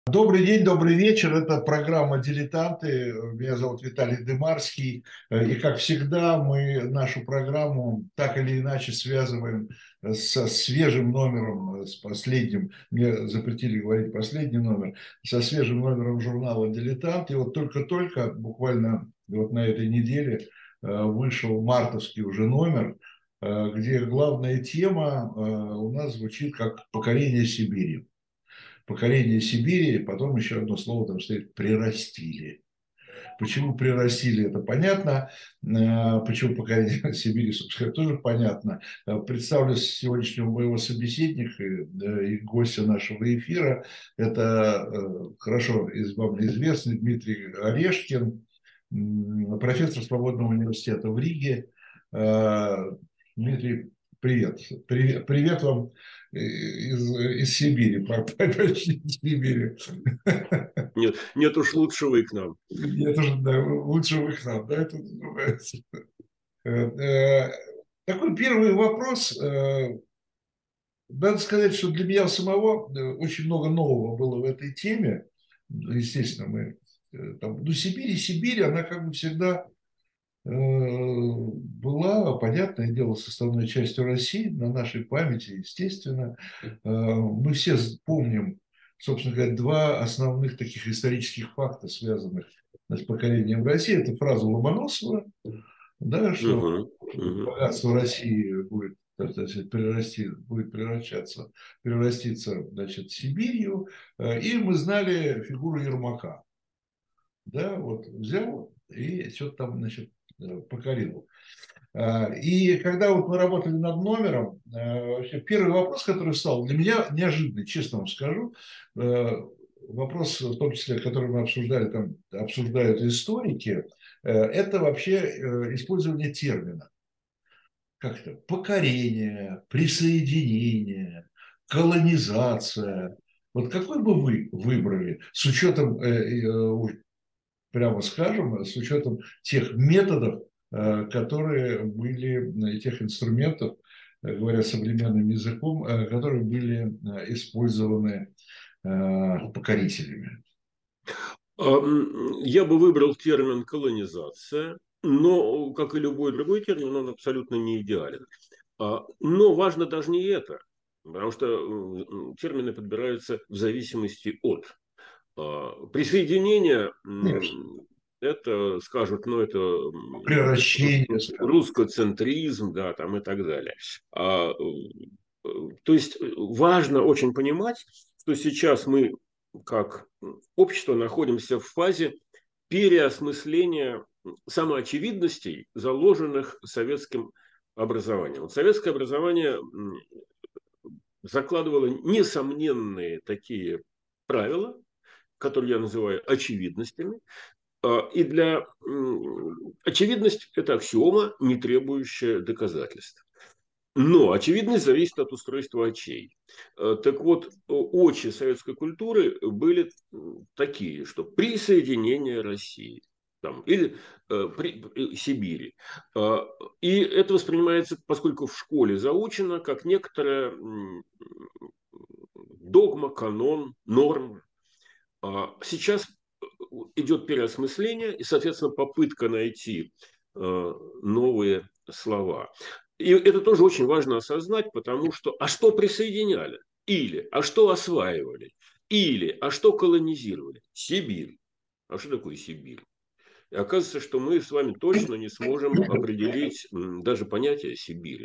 Добрый день, добрый вечер. Это программа «Дилетанты». Меня зовут Виталий Дымарский. И, как всегда, мы нашу программу так или иначе связываем со свежим номером, с последним. Мне запретили говорить последний номер. Со свежим номером журнала «Дилетант». И вот только-только, буквально вот на этой неделе, вышел мартовский уже номер, где главная тема у нас звучит как «Покорение Сибири». Покорение Сибири, потом еще одно слово там стоит «прирастили». Почему прирастили, это понятно. Почему покорение Сибири, собственно, тоже понятно. Представлю сегодняшнего моего собеседника и гостя нашего эфира. Это хорошо вам известный Дмитрий Орешкин, профессор Свободного университета в Риге. Дмитрий, привет. Привет вам из Сибири, почти из Сибири. Нет уж, лучше вы к нам. Это же, да, лучше вы к нам, да, это называется. Э, Такой первый вопрос. Надо сказать, что для меня самого очень много нового было в этой теме. Естественно, мы там, ну, Сибирь, она как бы всегда была, понятное дело, составной частью России, на нашей памяти, естественно. Мы все помним, собственно говоря, два основных таких исторических факта, связанных с покорением России. Это фраза Ломоносова, да, что Мгм, мгм. богатство России будет, так сказать, будет превратиться, значит, Сибирью. И мы знали фигуру Ермака. Да, вот взял и что-то там, значит, покорил. И когда вот мы работали над номером, вообще первый вопрос, который встал, для меня неожиданный, честно вам скажу, вопрос, в том числе, который мы обсуждали, там обсуждают историки, это вообще использование термина. Как-то покорение, присоединение, колонизация. Вот какой бы вы выбрали с учетом прямо скажем, с учетом тех методов, которые были, и тех инструментов, говоря современным языком, которые были использованы покорителями. Я бы выбрал термин колонизация, но, как и любой другой термин, он абсолютно не идеален. Но важно даже не это, потому что термины подбираются в зависимости от присоединения. Конечно. Это скажут, ну это Превращение, скажем. русскоцентризм, да, там и так далее. То есть важно очень понимать, что сейчас мы как общество находимся в фазе переосмысления самоочевидностей, заложенных советским образованием. Вот советское образование закладывало несомненные такие правила, которые я называю очевидностями. И для очевидность – это аксиома, не требующая доказательств. Но очевидность зависит от устройства очей. Так вот, очи советской культуры были такие, что присоединение России там, или Сибири. И это воспринимается, поскольку в школе заучено, как некоторая догма, канон, норма. Сейчас идет переосмысление и, соответственно, попытка найти новые слова. И это тоже очень важно осознать, потому что а что присоединяли? Или а что осваивали? Или а что колонизировали? Сибирь. А что такое Сибирь? И оказывается, что мы с вами точно не сможем определить даже понятие Сибири.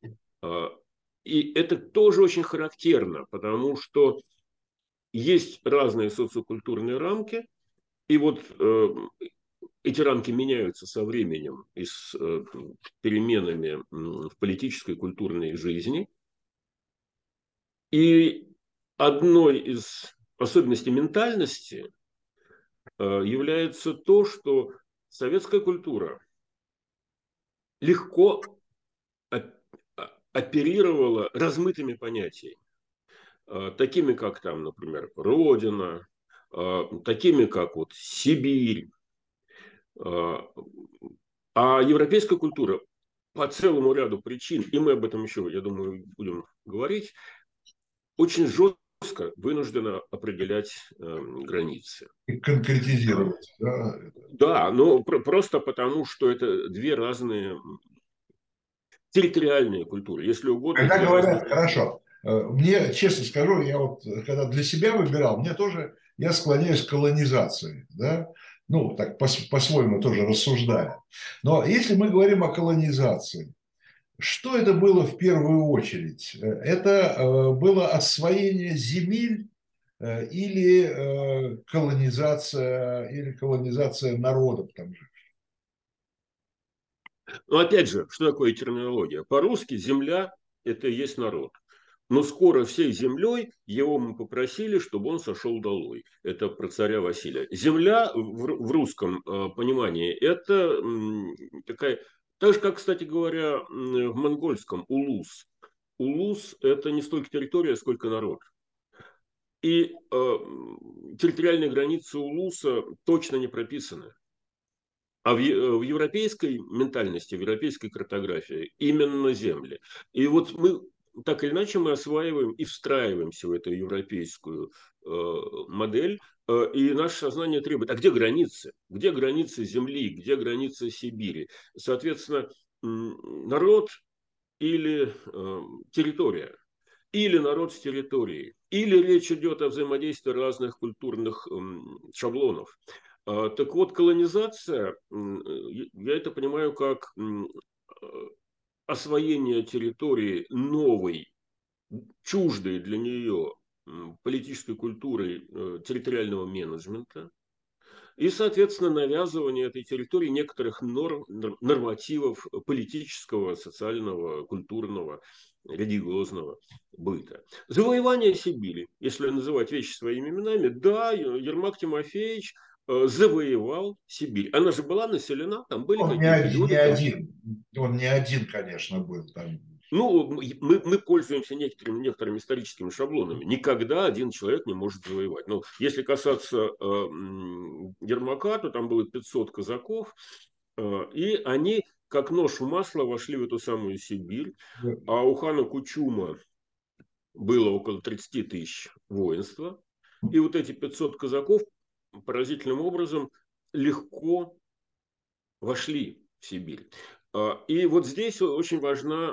И это тоже очень характерно, потому что есть разные социокультурные рамки, и вот эти рамки меняются со временем и с переменами в политической и культурной жизни. И одной из особенностей ментальности является то, что советская культура легко оперировала размытыми понятиями, такими как там, например, Родина, такими как вот Сибирь. А европейская культура по целому ряду причин, и мы об этом еще, я думаю, будем говорить, очень жестко вынуждена определять границы. И конкретизировать. Да? Да, но просто потому, что это две разные территориальные культуры, если угодно, Когда две разные говорят, культуры. хорошо, мне, честно скажу, я вот, когда для себя выбирал, мне тоже, я склоняюсь к колонизации, да, ну, так по-своему тоже рассуждая. Но если мы говорим о колонизации, что это было в первую очередь? Это было освоение земель или колонизация народов там же? Но опять же, что такое терминология? По-русски земля – это и есть народ. Но скоро всей землей его мы попросили, чтобы он сошел долой. Это про царя Василия. Земля в русском понимании – это такая, так же, как, кстати говоря, в монгольском – улус. Улус – это не столько территория, сколько народ. И территориальные границы улуса точно не прописаны. А в европейской ментальности, в европейской картографии именно земли. И вот мы так или иначе мы осваиваем и встраиваемся в эту европейскую модель, и наше сознание требует, а где границы? Где границы земли, где границы Сибири? Соответственно, народ или территория, или народ с территорией, или речь идет о взаимодействии разных культурных шаблонов. Так вот, колонизация, я это понимаю как освоение территории новой, чуждой для нее политической культурой территориального менеджмента, и, соответственно, навязывание этой территории некоторых норм, нормативов политического, социального, культурного, религиозного быта. Завоевание Сибири, если называть вещи своими именами, да, Ермак Тимофеевич завоевал Сибирь. Она же была населена, там были Он какие-то люди, там он не один, конечно, был там. ну, мы пользуемся некоторыми историческими шаблонами. Никогда один человек не может завоевать. Но если касаться Ермака, то там было 500 казаков, и они как нож в масло вошли в эту самую Сибирь. А у хана Кучума было около 30 тысяч воинства. И вот эти 500 казаков поразительным образом легко вошли в Сибирь. И вот здесь очень важна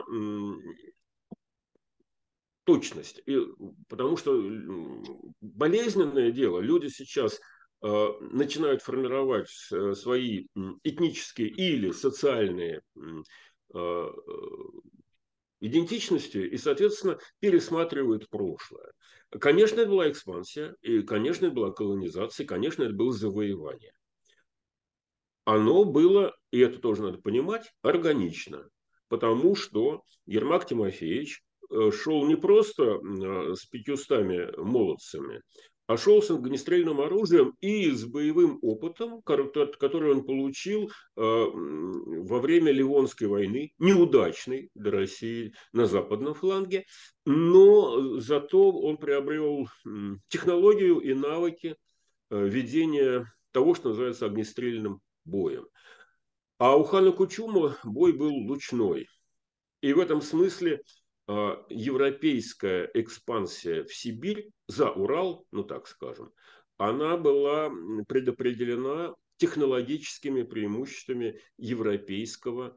точность. Потому что болезненное дело, люди сейчас начинают формировать свои этнические или социальные э, идентичности и, соответственно, пересматривают прошлое. Конечно, это была экспансия, и, конечно, это была колонизация, и, конечно, это было завоевание. Оно было, и это тоже надо понимать, органично. Потому что Ермак Тимофеевич шел не просто с 500 молодцами, а шел с огнестрельным оружием и с боевым опытом, который он получил во время Ливонской войны, неудачной для России на западном фланге, но зато он приобрел технологию и навыки ведения того, что называется огнестрельным боем. А у хана Кучума бой был лучной. И в этом смысле европейская экспансия в Сибирь за Урал, ну так скажем, она была предопределена технологическими преимуществами европейского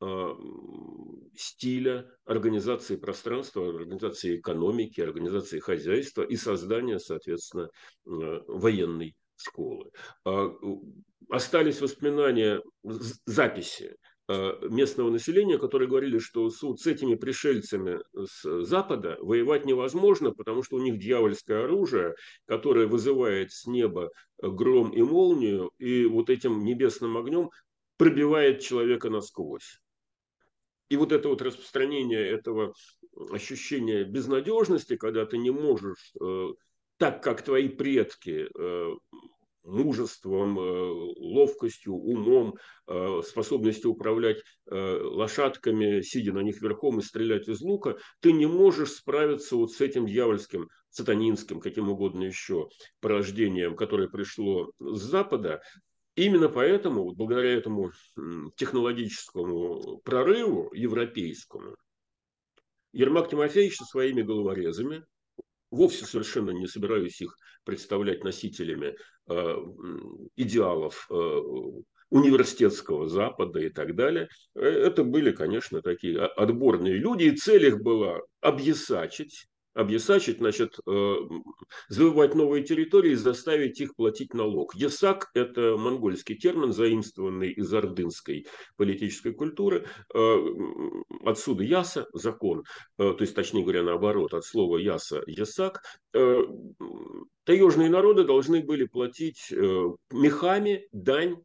стиля организации пространства, организации экономики, организации хозяйства и создания, соответственно, военной школы. Остались воспоминания, записи местного населения, которые говорили, что с этими пришельцами с Запада воевать невозможно, потому что у них дьявольское оружие, которое вызывает с неба гром и молнию, и вот этим небесным огнем пробивает человека насквозь. И вот это вот распространение этого ощущения безнадежности, когда ты не можешь так, как твои предки, мужеством, ловкостью, умом, способностью управлять лошадками, сидя на них верхом и стрелять из лука, ты не можешь справиться вот с этим дьявольским, сатанинским, каким угодно еще порождением, которое пришло с Запада. Именно поэтому, вот благодаря этому технологическому прорыву европейскому, Ермак Тимофеевич со своими головорезами вовсе совершенно не собираюсь их представлять носителями идеалов университетского Запада и так далее. Это были, конечно, такие отборные люди, и цель их была объясачить, значит, завоевать новые территории и заставить их платить налог. Ясак – это монгольский термин, заимствованный из ордынской политической культуры. Отсюда яса – закон, то есть, точнее говоря, наоборот, от слова яса – ясак. Таежные народы должны были платить мехами дань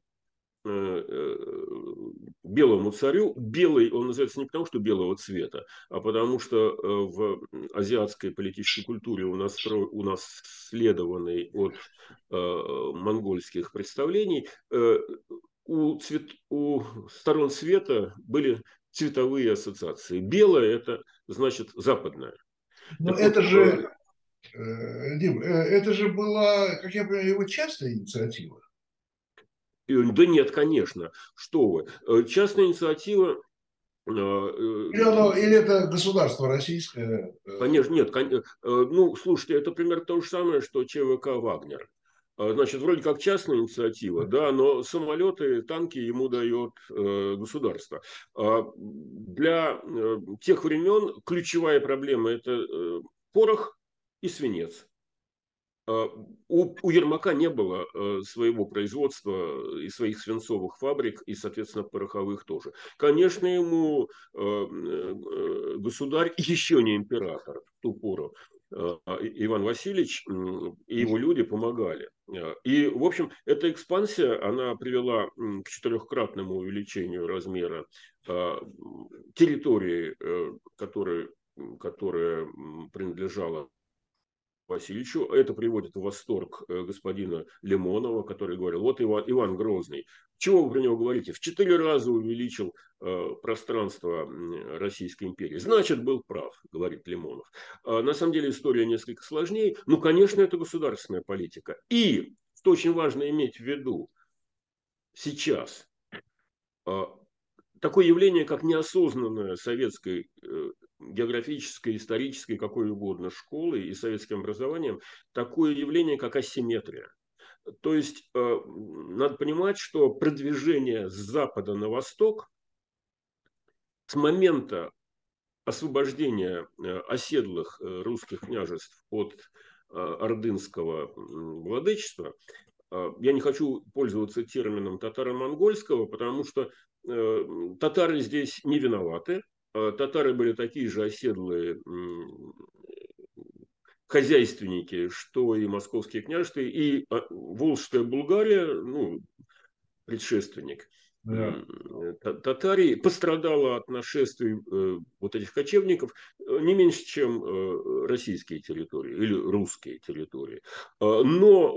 белому царю. Белый он называется не потому, что белого цвета, а потому что в азиатской политической культуре унаследованной от монгольских представлений, у сторон света были цветовые ассоциации. Белое – это значит западное. Но Так это вот, же, Дим, это же была, как я понимаю, его частная инициатива. да нет, конечно, что вы. Частная инициатива, Или это государство российское? конечно, нет, ну, слушайте, это примерно то же самое, что ЧВК «Вагнер». Значит, вроде как частная инициатива, да, но самолеты, танки ему дает государство. Для тех времен ключевая проблема – это порох и свинец. У Ермака не было своего производства и своих свинцовых фабрик, и, соответственно, пороховых тоже. Конечно, ему государь, еще не император в ту пору, Иван Васильевич и его люди помогали. И, в общем, эта экспансия, она привела к четырехкратному увеличению размера территории, которая принадлежала Васильевичу. Это приводит в восторг господина Лимонова, который говорил: вот Иван Грозный. Чего вы про него говорите? В 4 раза увеличил пространство Российской империи. Значит, был прав, говорит Лимонов. На самом деле история несколько сложнее. Ну, конечно, это государственная политика. И, что очень важно иметь в виду сейчас, такое явление, как неосознанная советской географической, исторической, какой угодно школы и советским образованием, такое явление, как асимметрия. То есть надо понимать, что продвижение с запада на восток с момента освобождения оседлых русских княжеств от ордынского владычества, я не хочу пользоваться термином татаро-монгольского, потому что татары здесь не виноваты. Татары были такие же оседлые хозяйственники, что и московские княжества, и Волжская Булгария, ну, предшественник Да. Татарии, пострадала от нашествий вот этих кочевников не меньше, чем российские территории или русские территории. Но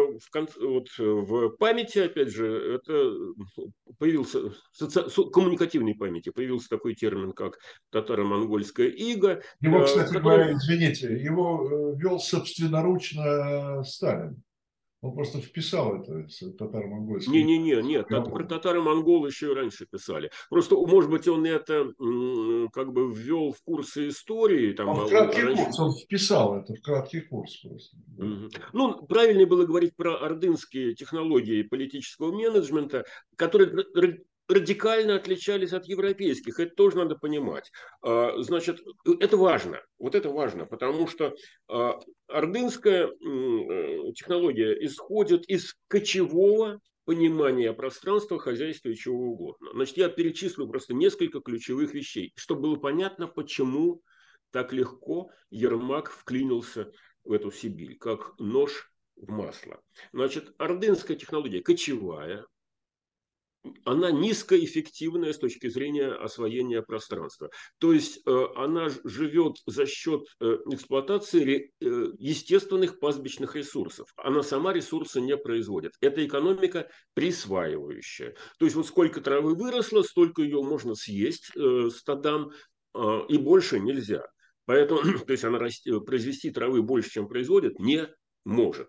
в памяти, опять же, это появился, в коммуникативной памяти появился такой термин, как татаро-монгольская ига, Его, кстати который... говоря, извините, его вел собственноручно Сталин. Он просто вписал это татаро-монгольский. Не-не-не, нет, про татаро-монгол еще и раньше писали. Просто, может быть, он это как бы ввел в курсы истории. Там, Он в краткий раньше... курс, он вписал это в краткий курс просто. Да. Ну, правильнее было говорить про ордынские технологии политического менеджмента, которые радикально отличались от европейских. Это тоже надо понимать. Значит, это важно. Вот это важно, потому что ордынская технология исходит из кочевого понимания пространства, хозяйства и чего угодно. Значит, я перечислю просто несколько ключевых вещей, чтобы было понятно, почему так легко Ермак вклинился в эту Сибирь, как нож в масло. Значит, ордынская технология кочевая, она низкоэффективная с точки зрения освоения пространства. То есть она живет за счет эксплуатации естественных пастбищных ресурсов. Она сама ресурсы не производит. Это экономика присваивающая. То есть вот сколько травы выросло, столько ее можно съесть стадам, и больше нельзя. Поэтому, то есть она произвести травы больше, чем производит, не может.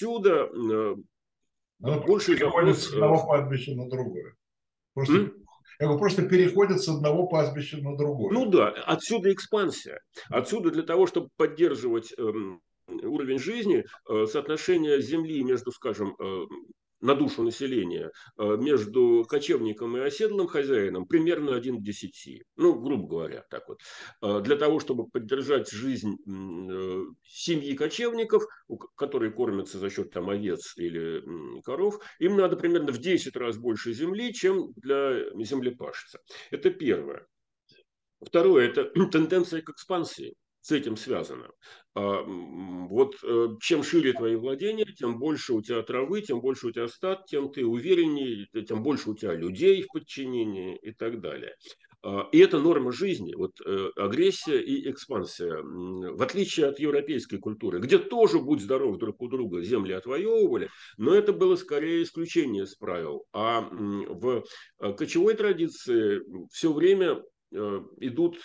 Отсюда Она больший переходит запрос... с одного кладбища на другое. Просто как бы просто переходят с одного пастбища на другое. Ну да, отсюда экспансия. Отсюда для того, чтобы поддерживать уровень жизни, соотношение земли между, скажем, на душу населения, между кочевником и оседлым хозяином примерно 1 к 10. Ну, грубо говоря, так вот. Для того, чтобы поддержать жизнь семьи кочевников, которые кормятся за счет там, овец или коров, им надо примерно в 10 раз больше земли, чем для землепашца. Это первое. Второе – это тенденция к экспансии. С этим связано. Вот чем шире твои владения, тем больше у тебя травы, тем больше у тебя стад, тем ты увереннее, тем больше у тебя людей в подчинении и так далее. И это норма жизни, вот агрессия и экспансия. В отличие от европейской культуры, где тоже, будь здоров, друг у друга земли отвоевывали, но это было скорее исключение из правил. А в кочевой традиции все время идут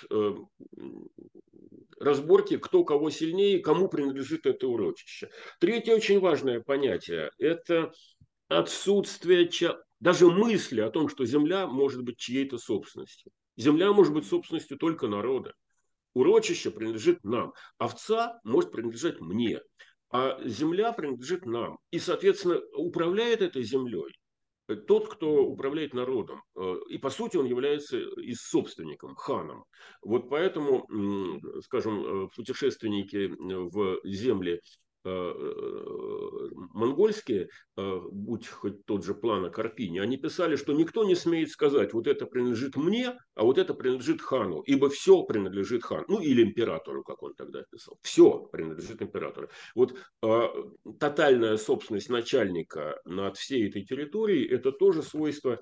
разборки, кто кого сильнее, кому принадлежит это урочище. Третье очень важное понятие – это отсутствие даже мысли о том, что земля может быть чьей-то собственностью. Земля может быть собственностью только народа. Урочище принадлежит нам. Овца может принадлежать мне. А земля принадлежит нам. И, соответственно, управляет этой землей тот, кто управляет народом. И, по сути, он является и собственником, ханом. Вот поэтому, скажем, путешественники в земли монгольские, будь хоть тот же Плано Карпини, они писали, что никто не смеет сказать, вот это принадлежит мне, а вот это принадлежит хану, ибо все принадлежит хану, ну или императору, как он тогда писал. Все принадлежит императору. Вот тотальная собственность начальника над всей этой территорией – это тоже свойство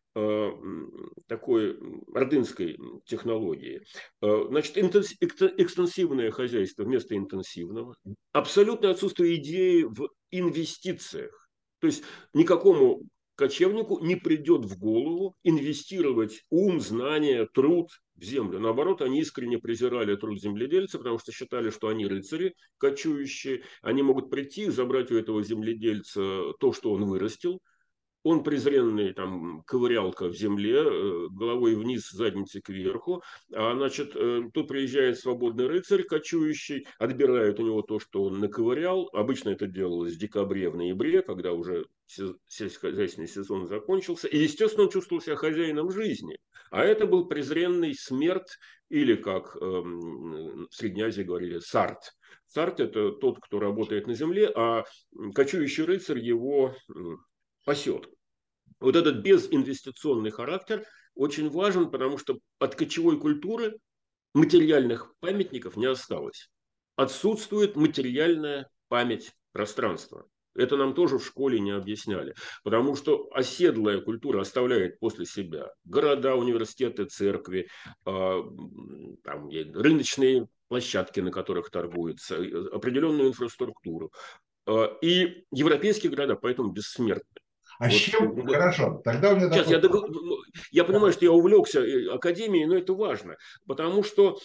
такой ордынской технологии. Значит, экстенсивное хозяйство вместо интенсивного. Абсолютное отсутствие идеи в инвестициях. То есть никакому кочевнику не придет в голову инвестировать ум, знания, труд в землю. Наоборот, они искренне презирали труд земледельца, потому что считали, что они рыцари кочующие. Они могут прийти, забрать у этого земледельца то, что он вырастил. Он презренный, там, ковырялка в земле, головой вниз, задницей кверху. А, значит, тут приезжает свободный рыцарь, кочующий, отбирает у него то, что он наковырял. Обычно это делалось в декабре, в ноябре, когда уже сельскохозяйственный сезон закончился. И, естественно, он чувствовал себя хозяином жизни. А это был презренный смерть, или, как в Средней Азии говорили, сарт. Сарт – это тот, кто работает на земле, а кочующий рыцарь его пасет. Вот этот безинвестиционный характер очень важен, потому что от кочевой культуры материальных памятников не осталось. Отсутствует материальная память пространства. Это нам тоже в школе не объясняли. Потому что оседлая культура оставляет после себя города, университеты, церкви, там, рыночные площадки, на которых торгуются, определенную инфраструктуру. И европейские города поэтому бессмертны. А с Вот, чем? Хорошо, тогда у меня сейчас такой... я понимаю, что я увлекся академией, но это важно, потому что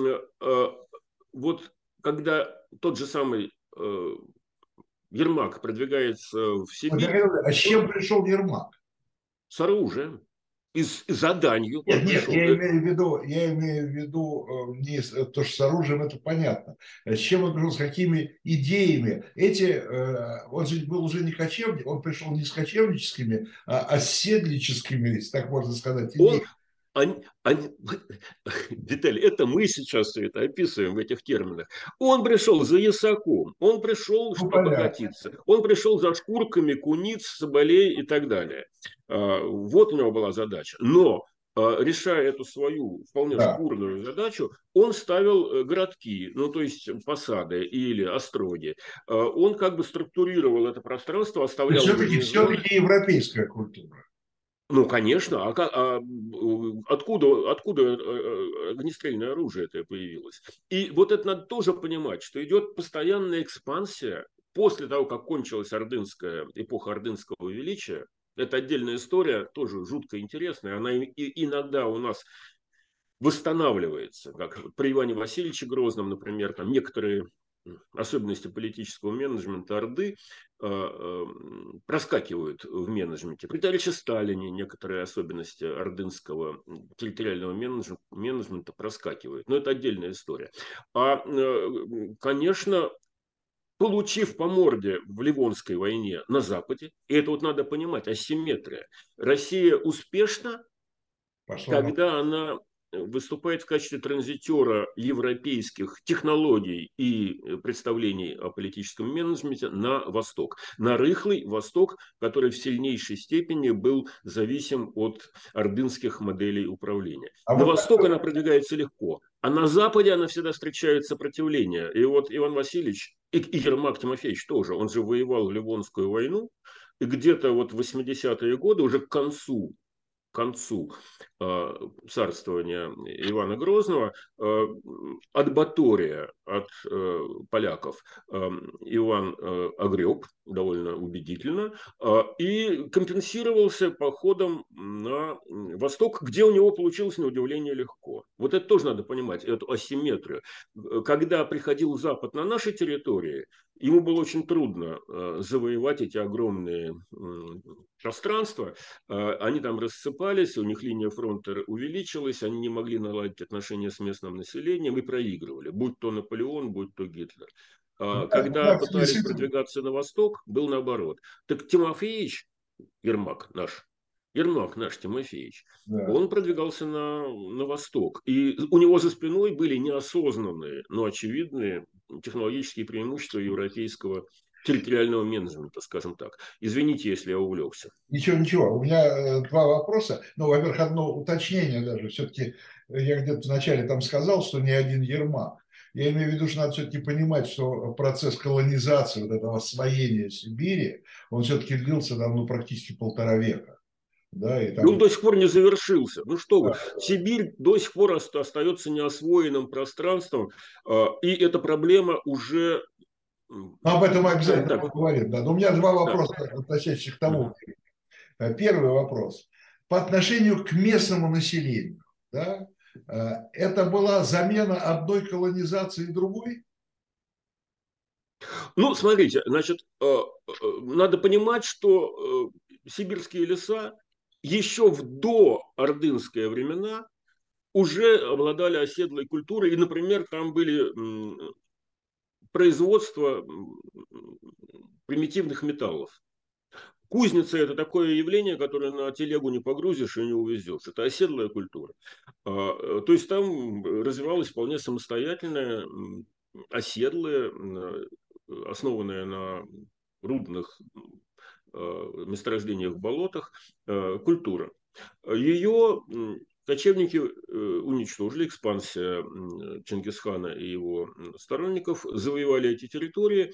вот когда тот же самый Ермак продвигается в Сибирь, А с чем пришел Ермак? с оружием и с заданью он Нет, нет, пришел. я имею в виду не то, что с оружием, это понятно. С чем он пришел, с какими идеями? Он же был уже не кочевник, он пришел не с кочевническими, а оседлическими, если так можно сказать, Он, идеями. Виталий, это мы сейчас все это описываем в этих терминах. Он пришел за ясаком, он пришел Ну, понятно. обогатиться, он пришел за шкурками куниц, соболей и так далее. Вот у него была задача. Но решая эту свою вполне Да. шкурную задачу, он ставил городки, ну то есть посады или остроги. Он как бы структурировал это пространство, оставлял гарнизоны. Все-таки европейская культура. Ну, конечно. Откуда огнестрельное оружие это появилось? И вот это надо тоже понимать, что идет постоянная экспансия после того, как кончилась эпоха ордынского величия. Это отдельная история, тоже жутко интересная. Она иногда у нас восстанавливается, как при Иване Васильевиче Грозном, например, там некоторые особенности политического менеджмента Орды проскакивают в менеджменте. При товарище Сталине некоторые особенности ордынского территориального менеджмента проскакивают. Но это отдельная история. Конечно, получив по морде в Ливонской войне на Западе, и это вот надо понимать, асимметрия, Россия успешна, Пошла на... когда она выступает в качестве транзитера европейских технологий и представлений о политическом менеджменте на Восток. На рыхлый Восток, который в сильнейшей степени был зависим от ордынских моделей управления. А На вот Восток она продвигается легко, а на Западе она всегда встречает сопротивление. И вот Иван Васильевич и Ермак Тимофеевич тоже, он же воевал в Ливонскую войну, и где-то вот в 80-е годы, уже к концу царствования Ивана Грозного от Батория, от поляков, Иван огреб довольно убедительно и компенсировался походом на восток, где у него получилось на удивление легко. Вот это тоже надо понимать, эту асимметрию. Когда приходил Запад на наши территории, ему было очень трудно завоевать эти огромные пространства. Они там рассыпались, у них линия фронта увеличилась, они не могли наладить отношения с местным населением и проигрывали, будь то Наполеон, будь то Гитлер. Когда да, в связи с пытались этим, продвигаться на восток, был наоборот. Так Тимофеевич, Ермак наш Тимофеевич, да. он продвигался на восток. И у него за спиной были неосознанные, но очевидные технологические преимущества европейского территориального менеджмента, скажем так. Извините, если я увлекся. Ничего, ничего. У меня два вопроса. Ну, во-первых, одно уточнение даже. Все-таки я где-то вначале там сказал, что не один Ермак. Я имею в виду, что надо все-таки понимать, что процесс колонизации, вот этого освоения Сибири, он все-таки длился там, ну, практически 1,5 века. Да, и И он там... до сих пор не завершился. Ну что вы, Да. Сибирь до сих пор остается неосвоенным пространством, и эта проблема уже, Но об этом мы скажем обязательно так, поговорим. Да. Но у меня два да. вопроса, относящихся к тому. Мгм. Первый вопрос. По отношению к местному населению. Да, это была замена одной колонизации другой? Ну, смотрите, значит, надо понимать, что сибирские леса еще в доордынские времена уже обладали оседлой культурой, и, например, там были производства примитивных металлов. Кузница – это такое явление, которое на телегу не погрузишь и не увезешь. Это оседлая культура. То есть там развивалась вполне самостоятельная, оседлая, основанная на рудных месторождениях в болотах культура. Ее кочевники уничтожили, экспансия Чингисхана и его сторонников завоевали эти территории,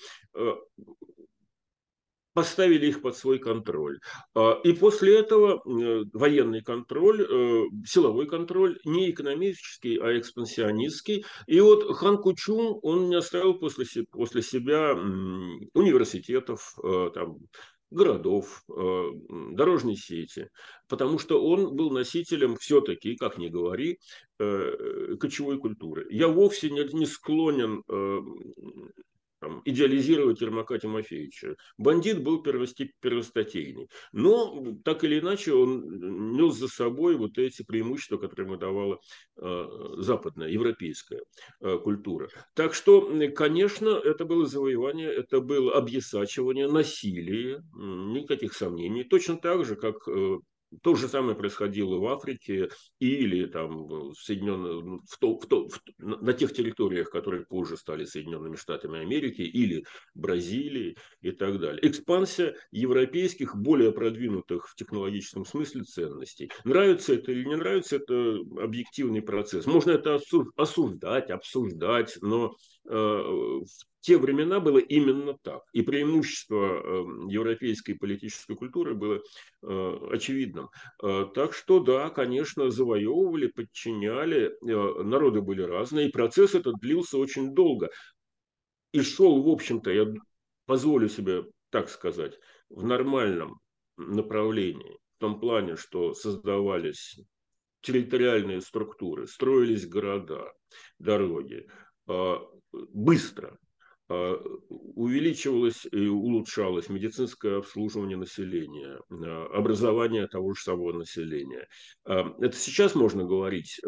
поставили их под свой контроль. И после этого военный контроль, силовой контроль, не экономический, а экспансионистский. И вот Хан Кучум, он не оставил после себя университетов, там, городов, дорожной сети, потому что он был носителем все-таки, как ни говори, кочевой культуры. Я вовсе не склонен там, идеализировать Ермака Тимофеевича. Бандит был первостатейный. Но, так или иначе, он нес за собой вот эти преимущества, которые ему давала западная, европейская культура. Так что, конечно, это было завоевание, это было объясачивание, насилие, никаких сомнений. Точно так же, как то же самое происходило в Африке или там в Соединенных, на тех территориях, которые позже стали Соединенными Штатами Америки или Бразилии и так далее. Экспансия европейских, более продвинутых в технологическом смысле ценностей. Нравится это или не нравится, это объективный процесс. Можно это осуждать, обсуждать, но в те времена было именно так. И преимущество европейской политической культуры было очевидным. Так что, да, конечно, завоевывали, подчиняли, народы были разные, и процесс этот длился очень долго. И шел, в общем-то, я позволю себе так сказать, в нормальном направлении, в том плане, что создавались территориальные структуры, строились города, дороги, быстро. увеличивалось и улучшалось медицинское обслуживание населения, образование того же самого населения. Это сейчас можно говорить,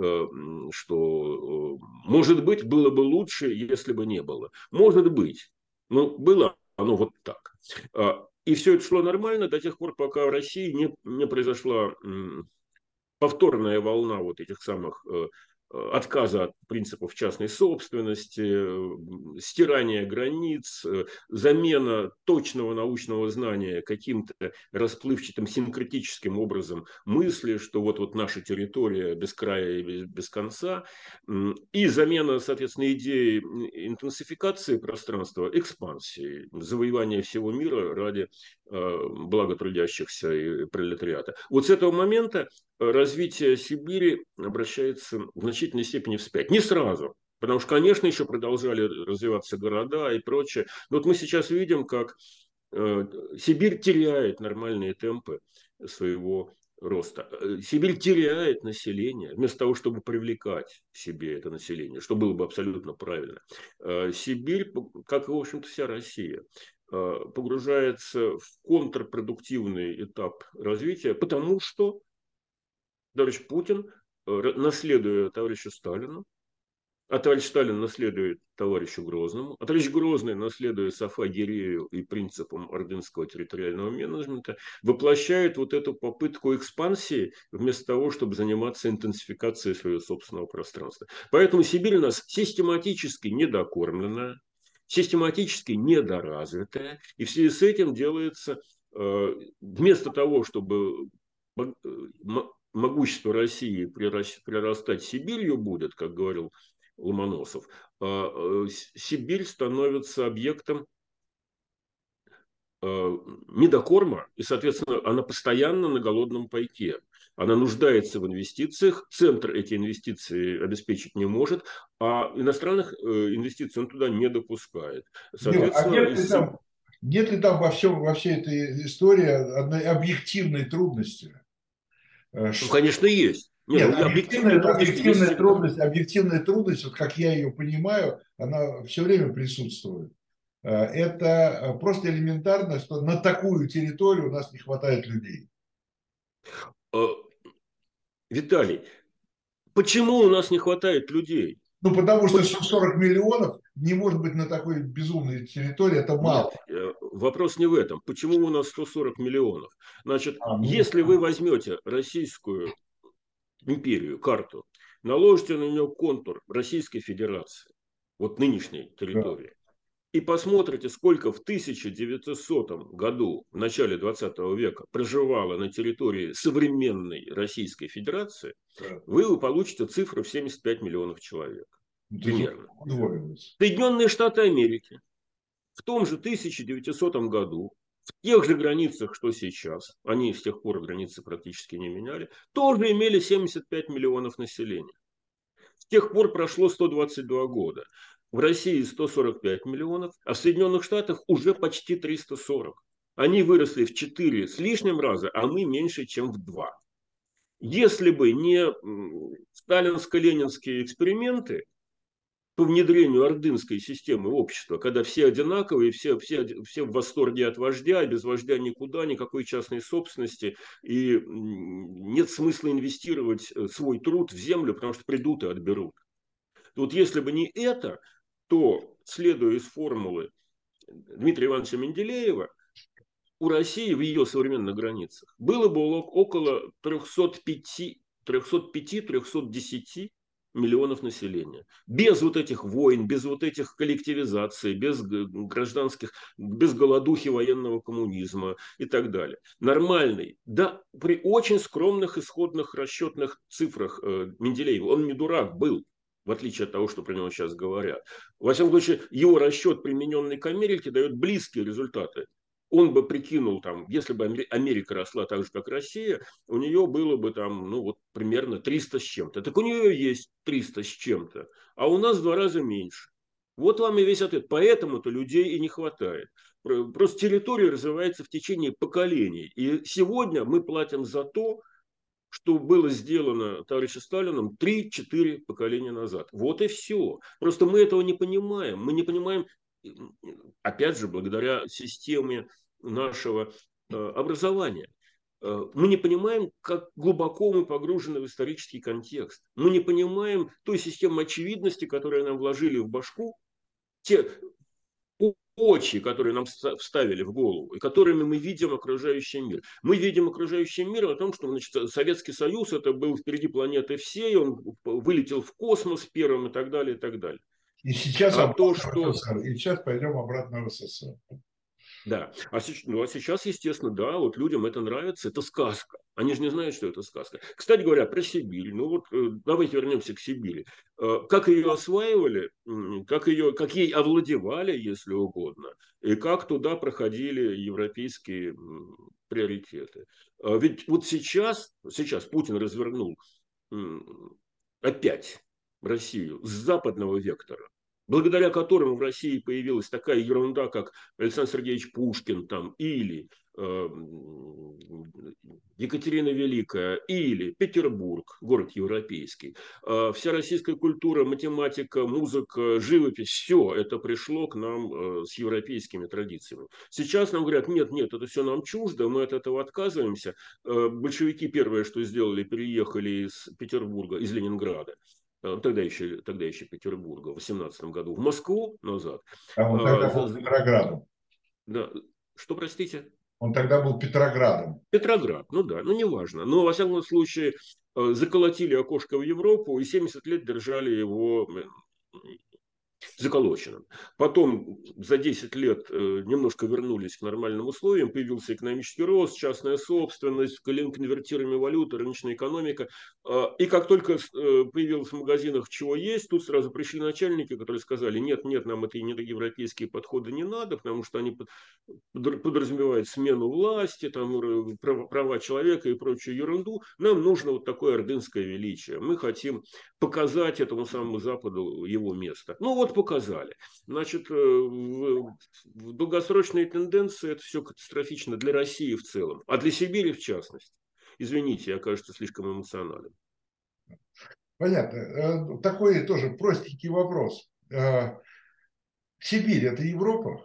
что, может быть, было бы лучше, если бы не было. Может быть, но было оно вот так. И все это шло нормально до тех пор, пока в России не произошла повторная волна вот этих самых отказа от принципов частной собственности, стирания границ, замена точного научного знания каким-то расплывчатым синкретическим образом мысли, что вот наша территория без края и без конца, и замена, соответственно, идеи интенсификации пространства экспансией, завоевания всего мира ради блага трудящихся и пролетариата. Вот с этого момента развитие Сибири обращается в значительной степени вспять. Не сразу, потому что, конечно, еще продолжали развиваться города и прочее. Но вот мы сейчас видим, как Сибирь теряет нормальные темпы своего роста. Сибирь теряет население, вместо того, чтобы привлекать к себе это население, что было бы абсолютно правильно. Сибирь, как и, в общем-то, вся Россия, погружается в контрпродуктивный этап развития, потому что товарищ Путин, наследуя товарищу Сталину, а товарищ Сталин наследует товарищу Грозному, а товарищ Грозный, наследуя Сафа Гирею и принципам ордынского территориального менеджмента, воплощает вот эту попытку экспансии вместо того, чтобы заниматься интенсификацией своего собственного пространства. Поэтому Сибирь у нас систематически недокормленная, систематически недоразвитая, и в связи с этим делается, вместо того, чтобы могущество России прирастать Сибирью будет, как говорил Ломоносов, Сибирь становится объектом недокорма, и, соответственно, она постоянно на голодном пайке. Она нуждается в инвестициях, центр эти инвестиции обеспечить не может, а иностранных инвестиций он туда не допускает. Дима, а Соответственно, нет ли там во всей этой истории одной объективной трудности? ну, конечно, есть. Не, Нет, ну, объективные трудности есть всегда. объективная трудность, вот как я ее понимаю, она все время присутствует. Это просто элементарно, что на такую территорию у нас не хватает людей. Э, Виталий, почему у нас не хватает людей? Ну, потому что Почему? 140 миллионов не может быть на такой безумной территории, это Нет, мало. вопрос не в этом. Почему у нас 140 миллионов? Значит, Ну, если вы возьмете Российскую империю, карту, наложите на нее контур Российской Федерации, вот нынешней да, территории, и посмотрите, сколько в 1900 году, в начале 20 века, проживало на территории современной Российской Федерации, да. вы получите цифру в 75 миллионов человек. То есть Примерно. удвоилось. Соединенные Штаты Америки в том же 1900 году, в тех же границах, что сейчас, они с тех пор границы практически не меняли, тоже имели 75 миллионов населения. С тех пор прошло 122 года. В России 145 миллионов, а в Соединенных Штатах уже почти 340. Они выросли в 4 с лишним раза, а мы меньше, чем в 2. Если бы не сталинско-ленинские эксперименты по внедрению ордынской системы общества, когда все одинаковые, все в восторге от вождя, без вождя никуда, никакой частной собственности, и нет смысла инвестировать свой труд в землю, потому что придут и отберут. Вот если бы не это, то, следуя из формулы Дмитрия Ивановича Менделеева, у России в ее современных границах было бы около 305-310 миллионов населения. Без вот этих войн, без вот этих коллективизаций, без гражданских, без голодухи военного коммунизма и так далее. Нормальный, да, при очень скромных исходных расчетных цифрах Менделеева, он не дурак был, в отличие от того, что про него сейчас говорят. Во всяком случае, его расчет, примененный к Америке, дает близкие результаты. Он бы прикинул, там, если бы Америка росла так же, как Россия, у нее было бы там, ну, вот примерно 300 с чем-то. Так у нее есть 300 с чем-то, а у нас в 2 раза меньше. Вот вам и весь ответ. Поэтому-то людей и не хватает. Просто территория развивается в течение поколений. И сегодня мы платим за то, что было сделано товарищем Сталином 3-4 поколения назад. Вот и все. Просто мы этого не понимаем. Мы не понимаем опять же, благодаря системе нашего образования. Мы не понимаем, как глубоко мы погружены в исторический контекст. Мы не понимаем той системы очевидности, которую нам вложили в башку, те очи, которые нам вставили в голову, и которыми мы видим окружающий мир. Мы видим окружающий мир о том, что, значит, Советский Союз это был впереди планеты всей, он вылетел в космос первым и так далее, и так далее. И сейчас А то, обратно в что СССР. И сейчас пойдем обратно в СССР. да, ну, а сейчас, естественно, да, вот людям это нравится, это сказка. Они же не знают, что это сказка. Кстати говоря, про Сибирь. Ну вот давайте вернемся к Сибири. Как ее осваивали, как ей овладевали, если угодно, и как туда проходили европейские приоритеты. Ведь вот сейчас Путин развернул опять Россию с западного вектора, благодаря которому в России появилась такая ерунда, как Александр Сергеевич Пушкин там, или Екатерина Великая, или Петербург, город европейский. Вся российская культура, математика, музыка, живопись, все это пришло к нам с европейскими традициями. Сейчас нам говорят, нет, нет, это все нам чуждо, мы от этого отказываемся. Большевики первое, что сделали, переехали из Петербурга, из Ленинграда, тогда еще Петербурга, в 18 году, в Москву назад. А он тогда был Петроградом. Да, что, простите? Он тогда был Петроградом. Петроград, ну да, ну неважно. Но, во всяком случае, заколотили окошко в Европу и 70 лет держали его заколоченным. Потом за 10 лет немножко вернулись к нормальным условиям, появился экономический рост, частная собственность, конвертируемая валюта, рыночная экономика. И как только появилось в магазинах чего есть, тут сразу пришли начальники, которые сказали, нет, нет, нам это европейские подходы не надо, потому что они подразумевают смену власти, там, права человека и прочую ерунду. Нам нужно вот такое ордынское величие. Мы хотим показать этому самому Западу его место. Ну вот показали. Значит, в долгосрочные тенденции это все катастрофично для России в целом, а для Сибири в частности. Извините, я, кажется, слишком эмоционален. Понятно. Такой тоже простенький вопрос. Сибирь – это Европа?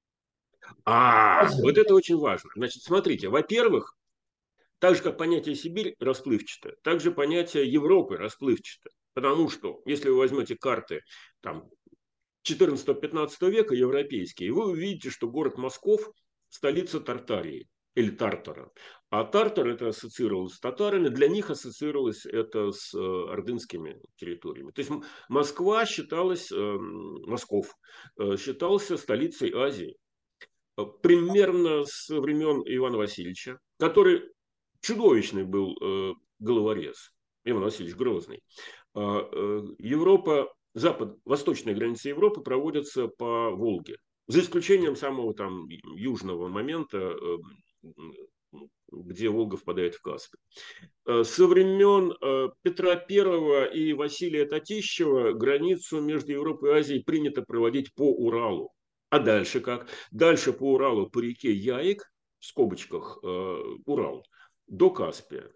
Вот это очень важно. Значит, смотрите, во-первых, так же, как понятие Сибирь расплывчато, так же понятие Европы расплывчато. Потому что, если вы возьмете карты там, 14-15 века европейские, вы увидите, что город Москов – столица Тартарии или Тартара. А Тартар это ассоциировалось с татарами, для них ассоциировалось это с ордынскими территориями. То есть Москва считалась, Москов считался столицей Азии. Примерно с времен Ивана Васильевича, который чудовищный был головорез, Иван Васильевич Грозный. Европа, восточные границы Европы проводятся по Волге, за исключением самого там южного момента, где Волга впадает в Каспий. Со времен Петра I и Василия Татищева границу между Европой и Азией принято проводить по Уралу. А дальше как? Дальше по Уралу, по реке Яик, в скобочках Урал, до Каспия.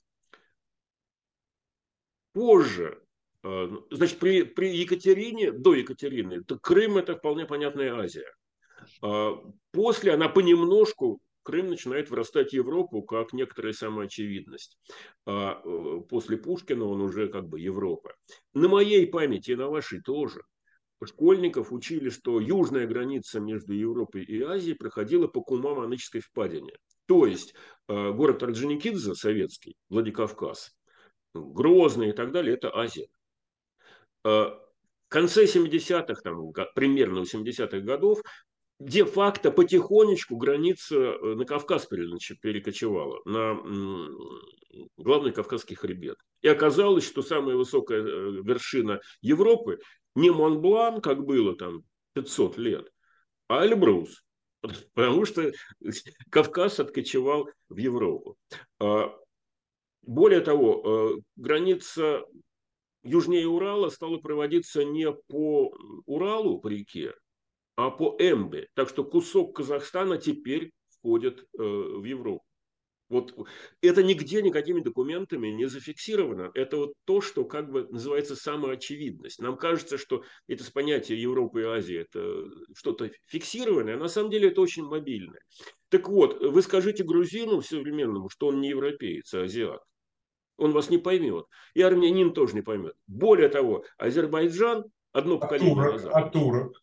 Позже, значит, при Екатерине, до Екатерины, то Крым – это вполне понятная Азия. После она понемножку, Крым начинает вырастать в Европу как некоторая самоочевидность. После Пушкина он уже как бы Европа. На моей памяти и на вашей тоже. Школьников учили, что южная граница между Европой и Азией проходила по Кумам-Анычской впадине. То есть город Орджоникидзе, советский, Владикавказ, Грозный и так далее – это Азия. В конце 70-х, там, примерно у 70-х годов, де-факто потихонечку граница на Кавказ перекочевала, на главный Кавказский хребет. И оказалось, что самая высокая вершина Европы не Монблан, как было там 500 лет, а Эльбрус. Потому что Кавказ откочевал в Европу. Более того, граница южнее Урала стала проводиться не по Уралу, по реке, а по Эмбе. Так что кусок Казахстана теперь входит в Европу. Вот это нигде никакими документами не зафиксировано. Это вот то, что как бы называется самоочевидность. Нам кажется, что это с понятия Европы и Азии это что-то фиксированное, а на самом деле это очень мобильное. Так вот, вы скажите грузину современному, что он не европеец, а азиат. Он вас не поймет. И армянин тоже не поймет. Более того, Азербайджан одно поколение назад. А турок?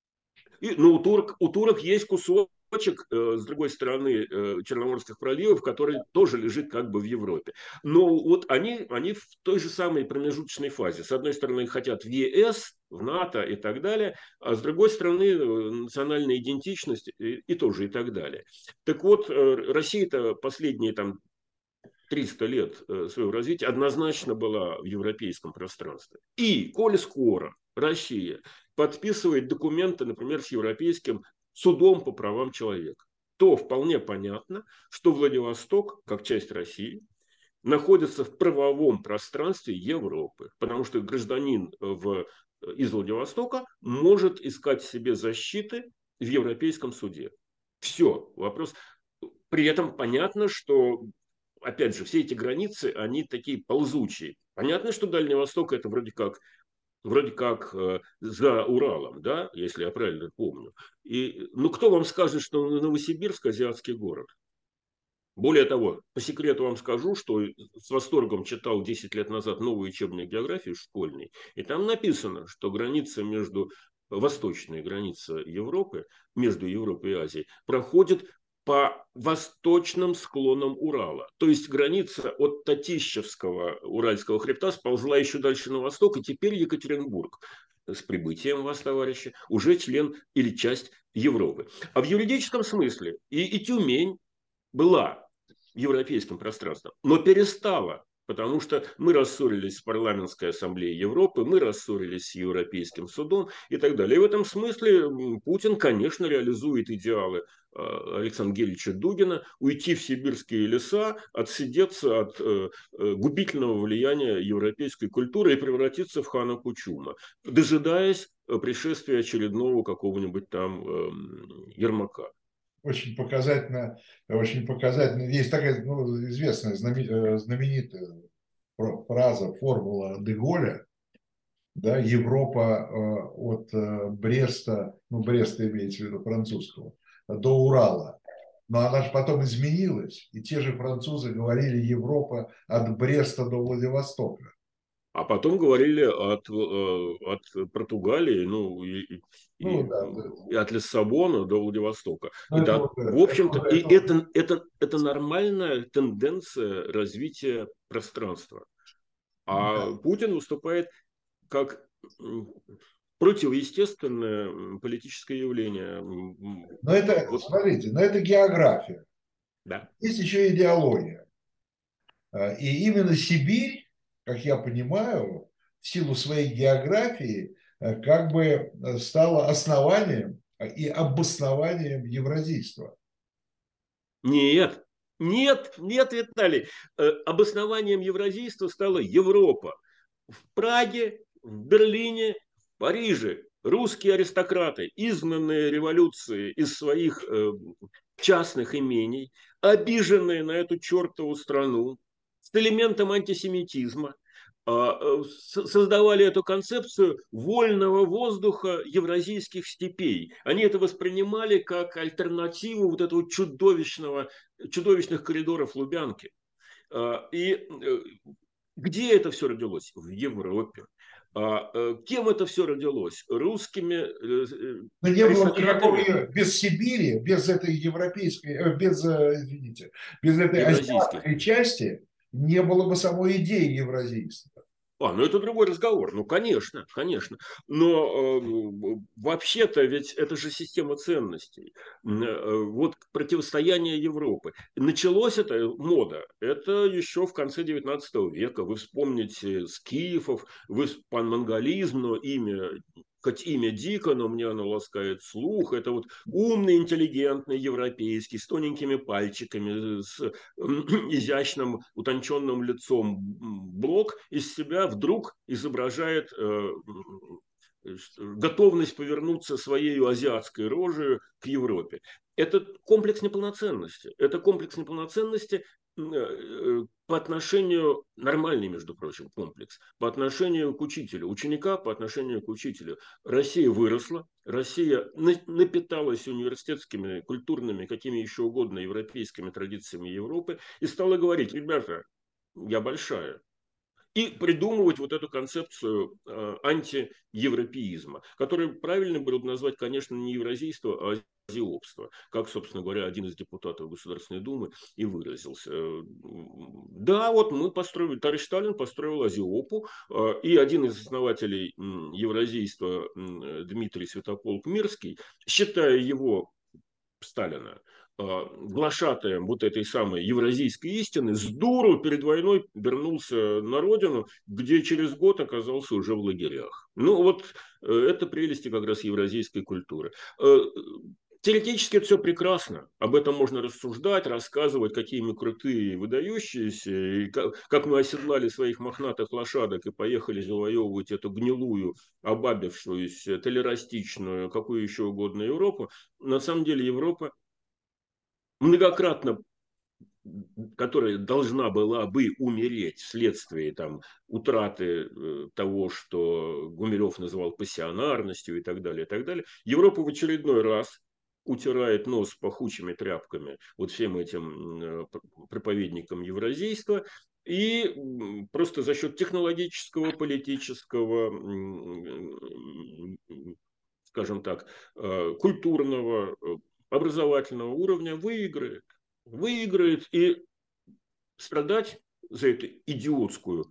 И, ну, у турок есть кусочек, с другой стороны, Черноморских проливов, который тоже лежит как бы в Европе. Но вот они в той же самой промежуточной фазе. С одной стороны, хотят в ЕС, в НАТО и так далее, а с другой стороны, национальная идентичность и тоже и так далее. Так вот, Россия-то последние там 300 лет своего развития однозначно была в европейском пространстве. И, коли скоро Россия подписывает документы, например, с Европейским судом по правам человека, то вполне понятно, что Владивосток, как часть России, находится в правовом пространстве Европы, потому что гражданин из Владивостока может искать себе защиты в Европейском суде. Все, вопрос. При этом понятно, что, опять же, все эти границы, они такие ползучие. Понятно, что Дальний Восток это вроде как за Уралом, да, если я правильно помню. И, ну, кто вам скажет, что Новосибирск азиатский город? Более того, по секрету вам скажу, что с восторгом читал 10 лет назад новую учебную географию школьной, и там написано, что граница между восточная граница Европы, между Европой и Азией, проходит по восточным склонам Урала. То есть граница от Татищевского Уральского хребта сползла еще дальше на восток, и теперь Екатеринбург с прибытием вас, товарищи, уже член или часть Европы. А в юридическом смысле и Тюмень была европейским пространством, но перестала, потому что мы рассорились с парламентской ассамблеей Европы, мы рассорились с Европейским судом и так далее. И в этом смысле Путин, конечно, реализует идеалы Александра Гельевича Дугина уйти в сибирские леса, отсидеться от губительного влияния европейской культуры и превратиться в хана Кучума, дожидаясь пришествия очередного какого-нибудь там Ермака. Очень показательно. Есть такая известная знаменитая фраза, формула Деголя, да, Европа от Бреста, ну, Бреста имеется в виду французского, до Урала. Но она же потом изменилась, и те же французы говорили Европа от Бреста до Владивостока. А потом говорили от Португалии, ну, Ну, да, и от Лиссабона до Владивостока. но И это да, вот, в общем-то, и это это нормальная тенденция развития пространства. да. А Путин выступает как противоестественное политическое явление. Но это, Вот, смотрите, но это география. да. Есть еще идеология. И именно Сибирь, как я понимаю, в силу своей географии, как бы стала основанием и обоснованием евразийства. Нет, нет, Виталий. Обоснованием евразийства стала Европа. В Праге, в Берлине, в Париже русские аристократы, изгнанные революцией из своих частных имений, обиженные на эту чертову страну, с элементом антисемитизма, создавали эту концепцию вольного воздуха евразийских степей. Они это воспринимали как альтернативу вот этого чудовищных коридоров Лубянки. И где это все родилось? В Европе. Кем это все родилось? Русскими Но не было никакого, аристократами без Сибири, без этой европейской, извините, без этой евразийских. азиатской части не было бы самой идеи евразийства. Ну это другой разговор. Ну, конечно, конечно. Но вообще-то ведь это же система ценностей. Вот противостояние Европы. Началось это, мода, это еще в конце 19 века. Вы вспомните Скифов, панмонголизм, но хоть имя дико, но мне оно ласкает слух. Это вот умный, интеллигентный, европейский, с тоненькими пальчиками, с изящным, утонченным лицом блок из себя вдруг изображает готовность повернуться своей азиатской рожей к Европе. Это комплекс неполноценности. Это комплекс неполноценности по отношению, нормальный, между прочим, комплекс, по отношению к учителю, ученика по отношению к учителю. Россия выросла, Россия напиталась университетскими, культурными, какими еще угодно европейскими традициями Европы и стала говорить: ребята, я большая. И придумывать вот эту концепцию антиевропеизма, которую правильно было бы назвать, конечно, не евразийство, а азиопство, как, собственно говоря, один из депутатов Государственной Думы и выразился. Да, вот мы построили, товарищ Сталин построил азиопу, и один из основателей евразийства Дмитрий Святополк-Мирский, считая его, Сталина, глашатаем вот этой самой евразийской истины, с дуру перед войной вернулся на родину, где через год оказался уже в лагерях. Ну вот это прелести как раз евразийской культуры. Теоретически это все прекрасно. Об этом можно рассуждать, рассказывать, какие мы крутые и выдающиеся, и как мы оседлали своих мохнатых лошадок и поехали завоевывать эту гнилую, обабившуюся, толерастичную, какую еще угодно Европу. На самом деле Европа многократно, которая должна была бы умереть вследствие там, утраты того, что Гумилев называл пассионарностью и так далее, Европа в очередной раз утирает нос пахучими тряпками вот всем этим проповедникам евразийства, и просто за счет технологического, политического, скажем так, культурного, образовательного уровня выиграет. Выиграет, и страдать за эту идиотскую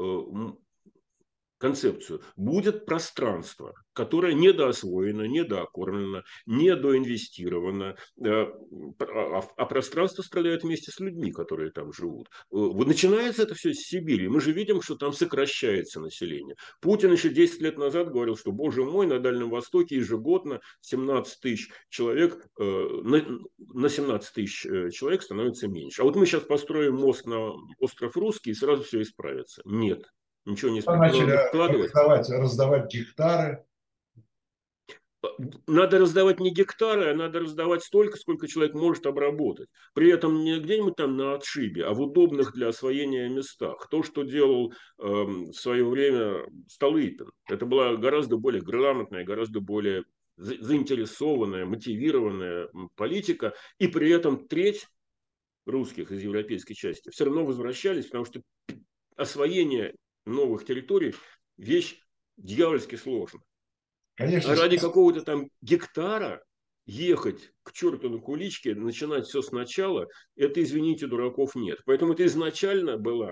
концепцию будет пространство, которое недоосвоено, недоокормлено, недоинвестировано, а пространство страдает вместе с людьми, которые там живут. Вот начинается это все с Сибири. Мы же видим, что там сокращается население. Путин еще 10 лет назад говорил, что, боже мой, на Дальнем Востоке ежегодно 17 тысяч человек, на 17 тысяч человек становится меньше. А вот мы сейчас построим мост на остров Русский, и сразу все исправится. Нет. Ничего не исправится. Начали Надо вкладывать. раздавать гектары. Надо раздавать не гектары, а надо раздавать столько, сколько человек может обработать. При этом не где-нибудь там на отшибе, а в удобных для освоения местах. То, что делал в свое время Столыпин. Это была гораздо более грамотная, гораздо более заинтересованная, мотивированная политика. И при этом треть русских из европейской части все равно возвращались, потому что освоение новых территорий – вещь дьявольски сложная. Конечно, А ради какого-то там гектара ехать к черту на куличке, начинать все сначала, это, извините, дураков нет. Поэтому это изначально была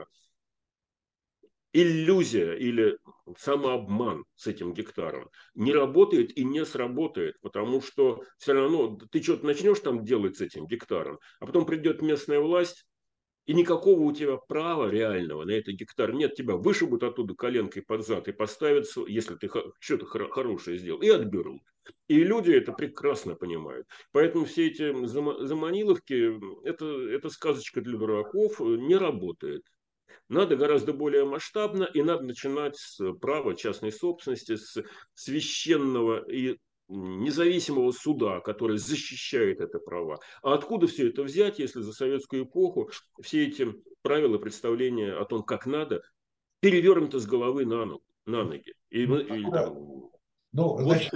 иллюзия или самообман с этим гектаром. Не работает и не сработает, потому что все равно ты что-то начнешь там делать с этим гектаром, а потом придет местная власть, и никакого у тебя права реального на этот гектар нет. Тебя вышибут оттуда коленкой под зад и поставят, если ты что-то хорошее сделал, и отберут. И люди это прекрасно понимают. Поэтому все эти заманиловки, это сказочка для дураков, не работает. Надо гораздо более масштабно, и надо начинать с права частной собственности, с священного и независимого суда, который защищает это права. А откуда все это взять, если за советскую эпоху все эти правила, представления о том, как надо, перевернуты с головы на ноги? значит,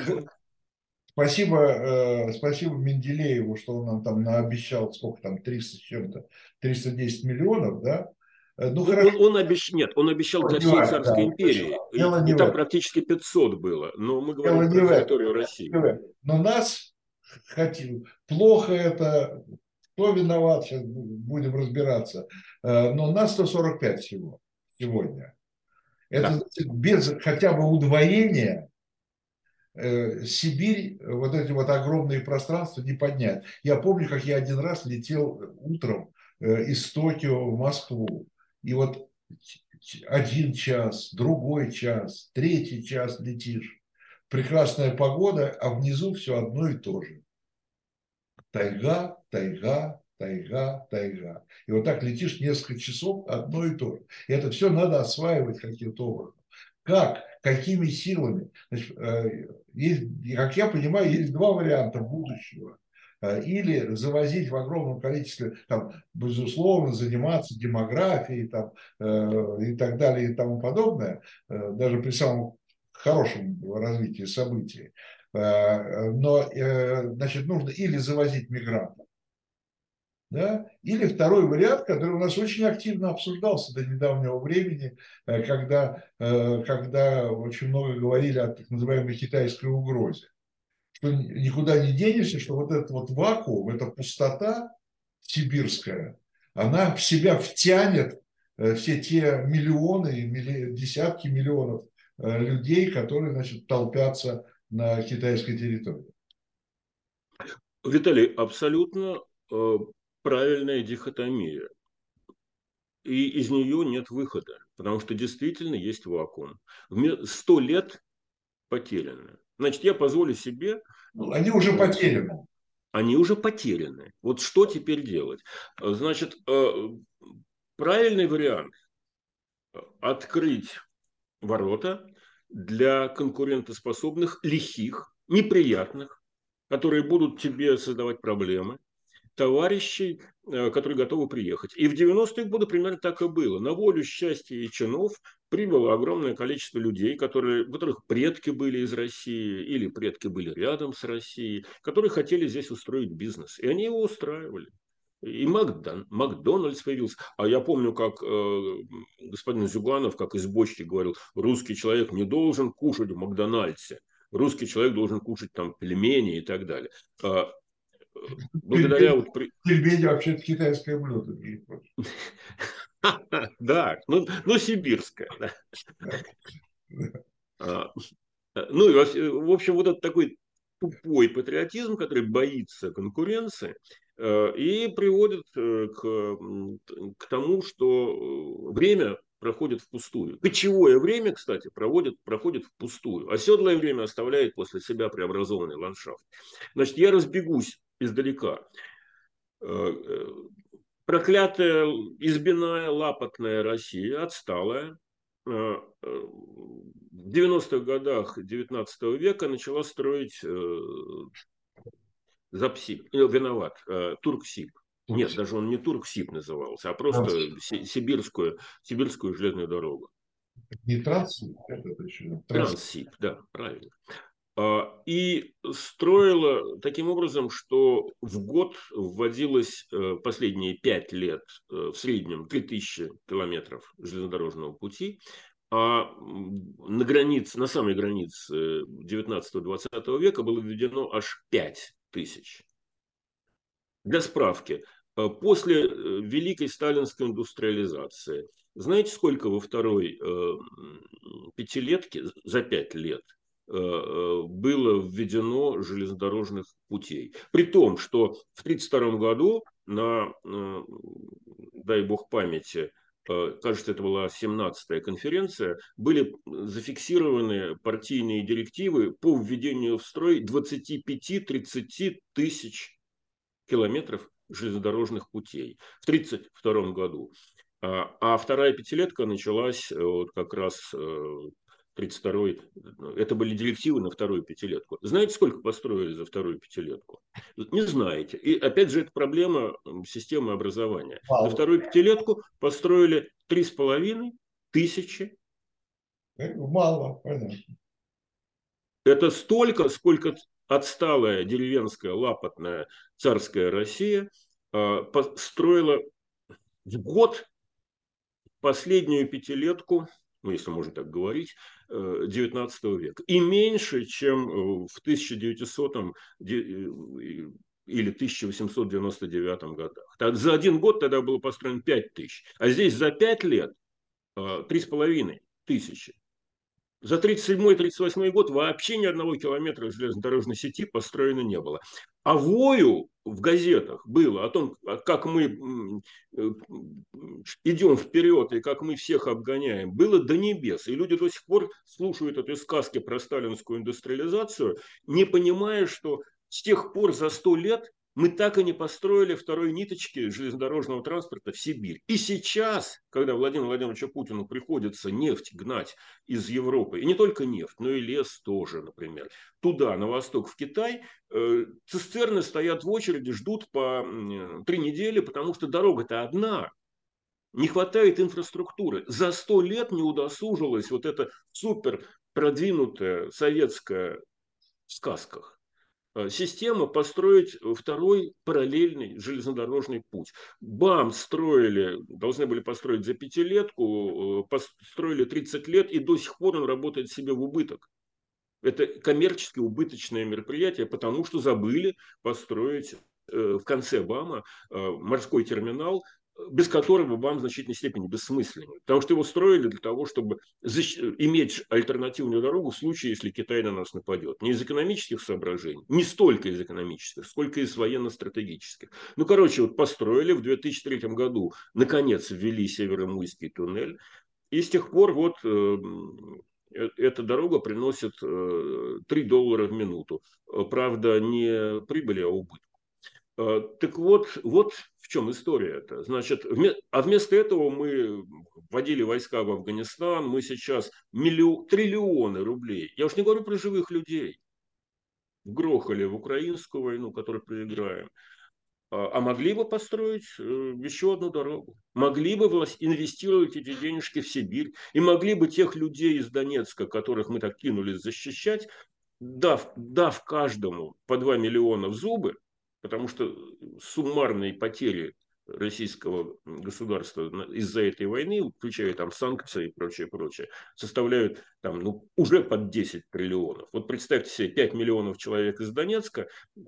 спасибо Менделееву, что он нам там наобещал, сколько там, 300 с чем-то, 310 миллионов, да? Он обещал для всей Царской империи. И там практически 500 было. Но мы говорим про территорию России. Но нас хотим. Плохо это. Кто виноват, сейчас будем разбираться. Но нас 145 всего сегодня. Это значит, без хотя бы удвоения Сибирь, вот эти вот огромные пространства не поднять. Я помню, как я один раз летел утром из Токио в Москву. И вот 1 час, другой час, 3-й час летишь. Прекрасная погода, а внизу все одно и то же. Тайга, тайга, тайга, тайга. И вот так летишь несколько часов, одно и то же. И это все надо осваивать каким-то образом. Как? какими силами. Значит, есть, как я понимаю, есть два варианта будущего. Или завозить в огромном количестве, там, безусловно, заниматься демографией там, и так далее и тому подобное, даже при самом хорошем развитии событий. Но, значит, нужно или завозить мигрантов, да? Или второй вариант, который у нас очень активно обсуждался до недавнего времени, когда очень много говорили о так называемой китайской угрозе. Что никуда не денешься, что вот этот вот вакуум, эта пустота сибирская, она в себя втянет все те миллионы, десятки миллионов людей, которые, значит, толпятся на китайской территории. Виталий, абсолютно правильная дихотомия. И из нее нет выхода, потому что действительно есть вакуум. 100 лет потеряно. Значит, я позволю себе... Они уже потеряны. Они уже потеряны. Вот что теперь делать? Значит, правильный вариант – открыть ворота для конкурентоспособных, лихих, неприятных, которые будут тебе создавать проблемы, товарищей, которые готовы приехать. И в 90-е годы примерно так и было. На волю счастья и чинов прибыло огромное количество людей, у которых предки были из России или предки были рядом с Россией, которые хотели здесь устроить бизнес. И они его устраивали. И Макдональдс появился. А я помню, как господин Зюганов, как из бочки говорил, русский человек не должен кушать в Макдональдсе. Русский человек должен кушать там пельмени и так далее. Благодаря вот... Пельмени вообще-то китайское блюдо. Да, ну сибирское. Ну и в общем вот этот такой тупой патриотизм, который боится конкуренции, и приводит к тому, что время проходит впустую. Кочевое время, кстати, проходит впустую. Оседлое время оставляет после себя преобразованный ландшафт. Значит, я разбегусь издалека. Проклятая, избиная, лапотная Россия, отсталая, в 90-х годах 19 века начала строить Запсип, Турксиб. Нет, даже он не Турксиб назывался, а просто сибирскую железную дорогу. Не Транссиб, это еще Транссиб, да, правильно. И строила таким образом, что в год вводилось последние 5 лет в среднем 3000 километров железнодорожного пути, а на самой границе 19-20 века было введено аж 5000. Для справки, после Великой Сталинской индустриализации, знаете, сколько во второй пятилетке за 5 лет было введено железнодорожных путей? При том, что в 1932 году на, дай бог памяти, кажется, это была 17-я конференция, были зафиксированы партийные директивы по введению в строй 25-30 тысяч километров железнодорожных путей в 1932 году. А вторая пятилетка началась вот как раз 32-й. Это были директивы на вторую пятилетку. Знаете, сколько построили за вторую пятилетку? Не знаете. И опять же, это проблема системы образования. Мало. За вторую пятилетку построили 3500. Мало, понятно. Это столько, сколько отсталая деревенская лапотная царская Россия построила в год последнюю пятилетку, ну, если можно так говорить, 19 века. И меньше, чем в 1900 или 1899 годах. За один год тогда было построено 5000. А здесь за 5 лет 3500. За 1937-1938 год вообще ни одного километра железнодорожной сети построено не было. А вою в газетах было о том, как мы идем вперед и как мы всех обгоняем, было до небес. И люди до сих пор слушают этой сказки про сталинскую индустриализацию, не понимая, что с тех пор за 100 лет Мы так и не построили второй ниточки железнодорожного транспорта в Сибирь. И сейчас, когда Владимиру Владимировичу Путину приходится нефть гнать из Европы, и не только нефть, но и лес тоже, например, туда, на восток, в Китай, цистерны стоят в очереди, ждут по 3 недели, потому что дорога-то одна. Не хватает инфраструктуры. За 100 лет не удосужилась вот эта супер продвинутая советская в сказках система построить второй параллельный железнодорожный путь. БАМ строили, должны были построить за пятилетку, построили 30 лет, и до сих пор он работает себе в убыток. Это коммерчески убыточное мероприятие, потому что забыли построить в конце БАМа морской терминал, без которого БАМ в значительной степени бессмысленный. Потому что его строили для того, чтобы иметь альтернативную дорогу в случае, если Китай на нас нападет. Не из экономических соображений, не столько из экономических, сколько из военно-стратегических. Ну, короче, вот построили в 2003 году, наконец, ввели Северомуйский туннель, и с тех пор вот эта дорога приносит $3 в минуту. Правда, не прибыли, а убыток. Так вот, вот в чем история-то. Значит, а вместо этого мы вводили войска в Афганистан, мы сейчас триллионы рублей, я уж не говорю про живых людей, вгрохали в украинскую войну, которую проиграем. А могли бы построить еще одну дорогу. Могли бы инвестировать эти денежки в Сибирь. И могли бы тех людей из Донецка, которых мы так кинулись защищать, дав каждому по 2 миллиона в зубы, потому что суммарные потери российского государства из-за этой войны, включая там санкции и прочее, прочее, составляют там, ну, уже под 10 триллионов. Вот представьте себе 5 миллионов человек из Донецка,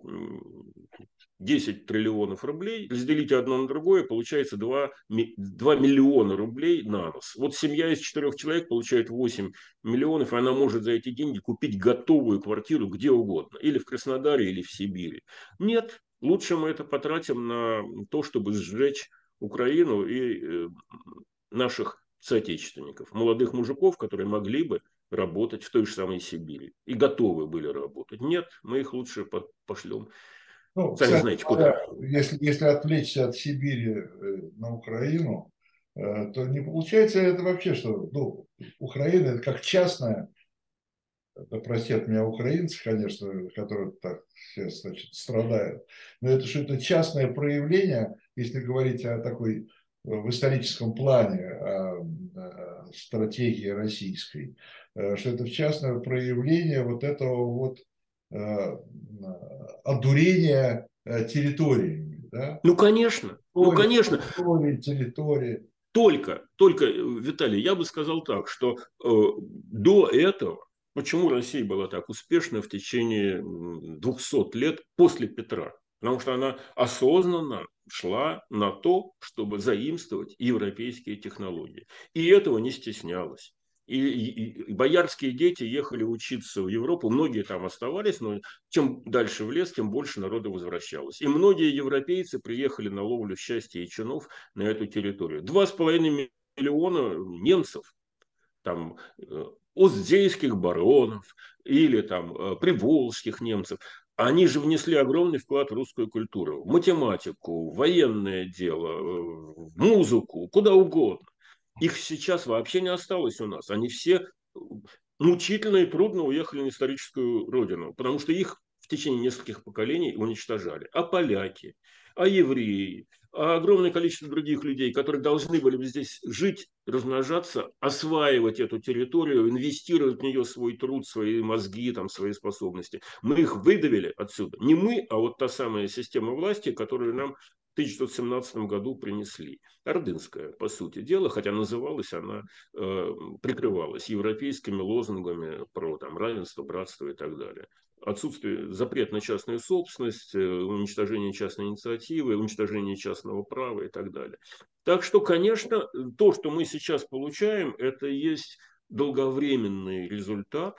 10 триллионов рублей, разделите одно на другое, получается 2 миллиона рублей на нос. Вот семья из 4 человек получает 8 миллионов, и она может за эти деньги купить готовую квартиру где угодно, или в Краснодаре, или в Сибири. Нет, лучше мы это потратим на то, чтобы сжечь Украину и наших соотечественников, молодых мужиков, которые могли бы работать в той же самой Сибири и готовы были работать. Нет, мы их лучше пошлем. Ну, Сами кстати знаете куда. говоря, если отвлечься от Сибири на Украину, то не получается это вообще, что ну, Украина это как частная, да простят меня украинцы, конечно, которые так сейчас, значит, страдают, но это что это частное проявление, если говорить о такой в историческом плане о стратегии российской, что это частное проявление вот этого вот э, одурения территориями, да? Ну, конечно, ну, конечно. Территории. Только, Виталий, я бы сказал так, что до этого, почему Россия была так успешна в течение 200 лет после Петра? Потому что она осознанно шла на то, чтобы заимствовать европейские технологии. И этого не стеснялась. И боярские дети ехали учиться в Европу, многие там оставались, но чем дальше в лес, тем больше народа возвращалось. И многие европейцы приехали на ловлю счастья и чинов на эту территорию. 2,5 миллиона немцев, там, уздейских баронов или там приволжских немцев, они же внесли огромный вклад в русскую культуру, в математику, в военное дело, в музыку, куда угодно. Их сейчас вообще не осталось у нас. Они все мучительно и трудно уехали на историческую родину, потому что их в течение нескольких поколений уничтожали. А поляки, а евреи, а огромное количество других людей, которые должны были бы здесь жить, размножаться, осваивать эту территорию, инвестировать в нее свой труд, свои мозги, там, свои способности. Мы их выдавили отсюда. Не мы, а вот та самая система власти, которую нам в 1917 году принесли. Ордынская, по сути дела, хотя называлась она, прикрывалась европейскими лозунгами про там, равенство, братство и так далее. Отсутствие, запрет на частную собственность, уничтожение частной инициативы, уничтожение частного права и так далее. Так что, конечно, то, что мы сейчас получаем, это и есть долговременный результат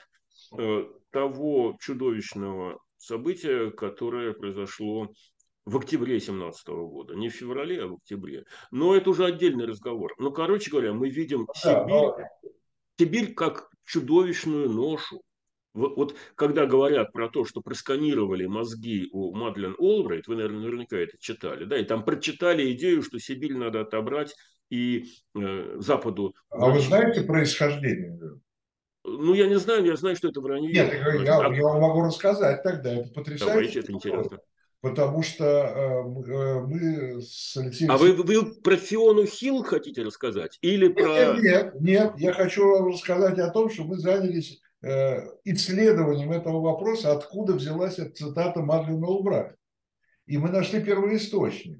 того чудовищного события, которое произошло в октябре 2017 года. Не в феврале, а в октябре. Но это уже отдельный разговор. Но, короче говоря, мы видим Да, Сибирь как чудовищную ношу, Вот когда говорят про то, что просканировали мозги у Мадлен Олбрайт, вы, наверное, наверняка это читали, да, и там прочитали идею, что Сибирь надо отобрать и Западу А вы вручить. знаете происхождение? Ну, я не знаю, я знаю, что это Нет, вранье. я Значит, вам могу рассказать тогда. Это давайте, потрясающий это вопрос. интересно. Потому что мы с Алексеем А Алексеевичем... вы про Фиону Хилл хотите рассказать? Или Нет, про... нет, нет. Я хочу вам рассказать о том, что мы занялись исследованием этого вопроса, откуда взялась эта цитата Мадлена Олбрайт. И мы нашли первоисточник.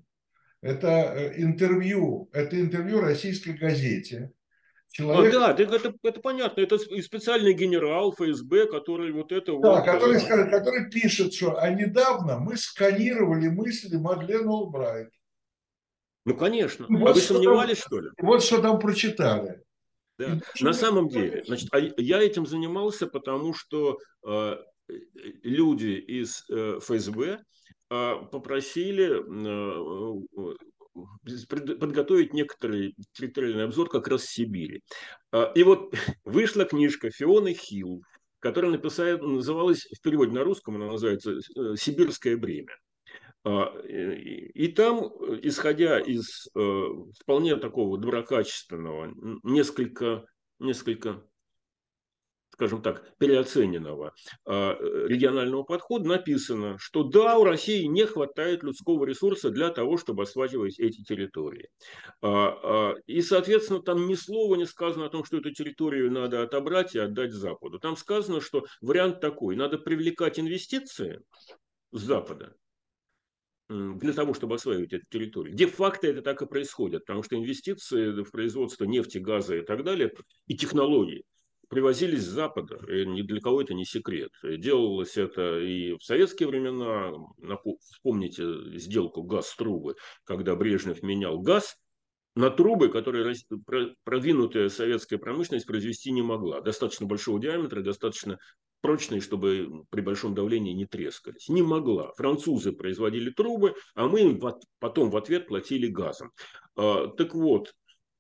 Это интервью российской газете. Человек, Да, это понятно. Это и специальный генерал ФСБ, который вот это да, вот... который пишет, что а недавно мы сканировали мысли Мадлен Олбрайт. Ну, конечно. И А вот вы что там, сомневались, что ли? вот что там прочитали. И Да. дальше На мне самом деле, конечно. значит, я этим занимался, потому что люди из ФСБ попросили подготовить некоторый территориальный обзор как раз Сибири. И вот вышла книжка Фионы Хилл, которая называлась в переводе на русском, она называется «Сибирское бремя». И там, исходя из вполне такого доброкачественного, несколько, скажем так, переоцененного регионального подхода, написано, что да, у России не хватает людского ресурса для того, чтобы осваивать эти территории. И, соответственно, там ни слова не сказано о том, что эту территорию надо отобрать и отдать Западу. Там сказано, что вариант такой: надо привлекать инвестиции с Запада для того, чтобы осваивать эту территорию. Де-факто это так и происходит, потому что инвестиции в производство нефти, газа и так далее, и технологии привозились с Запада. И ни для кого это не секрет. И делалось это и в советские времена. Вспомните сделку газ-трубы, когда Брежнев менял газ на трубы, которые продвинутая советская промышленность произвести не могла. Достаточно большого диаметра, достаточно прочные, чтобы при большом давлении не трескались. Не могла. Французы производили трубы, а мы им потом в ответ платили газом. Так вот,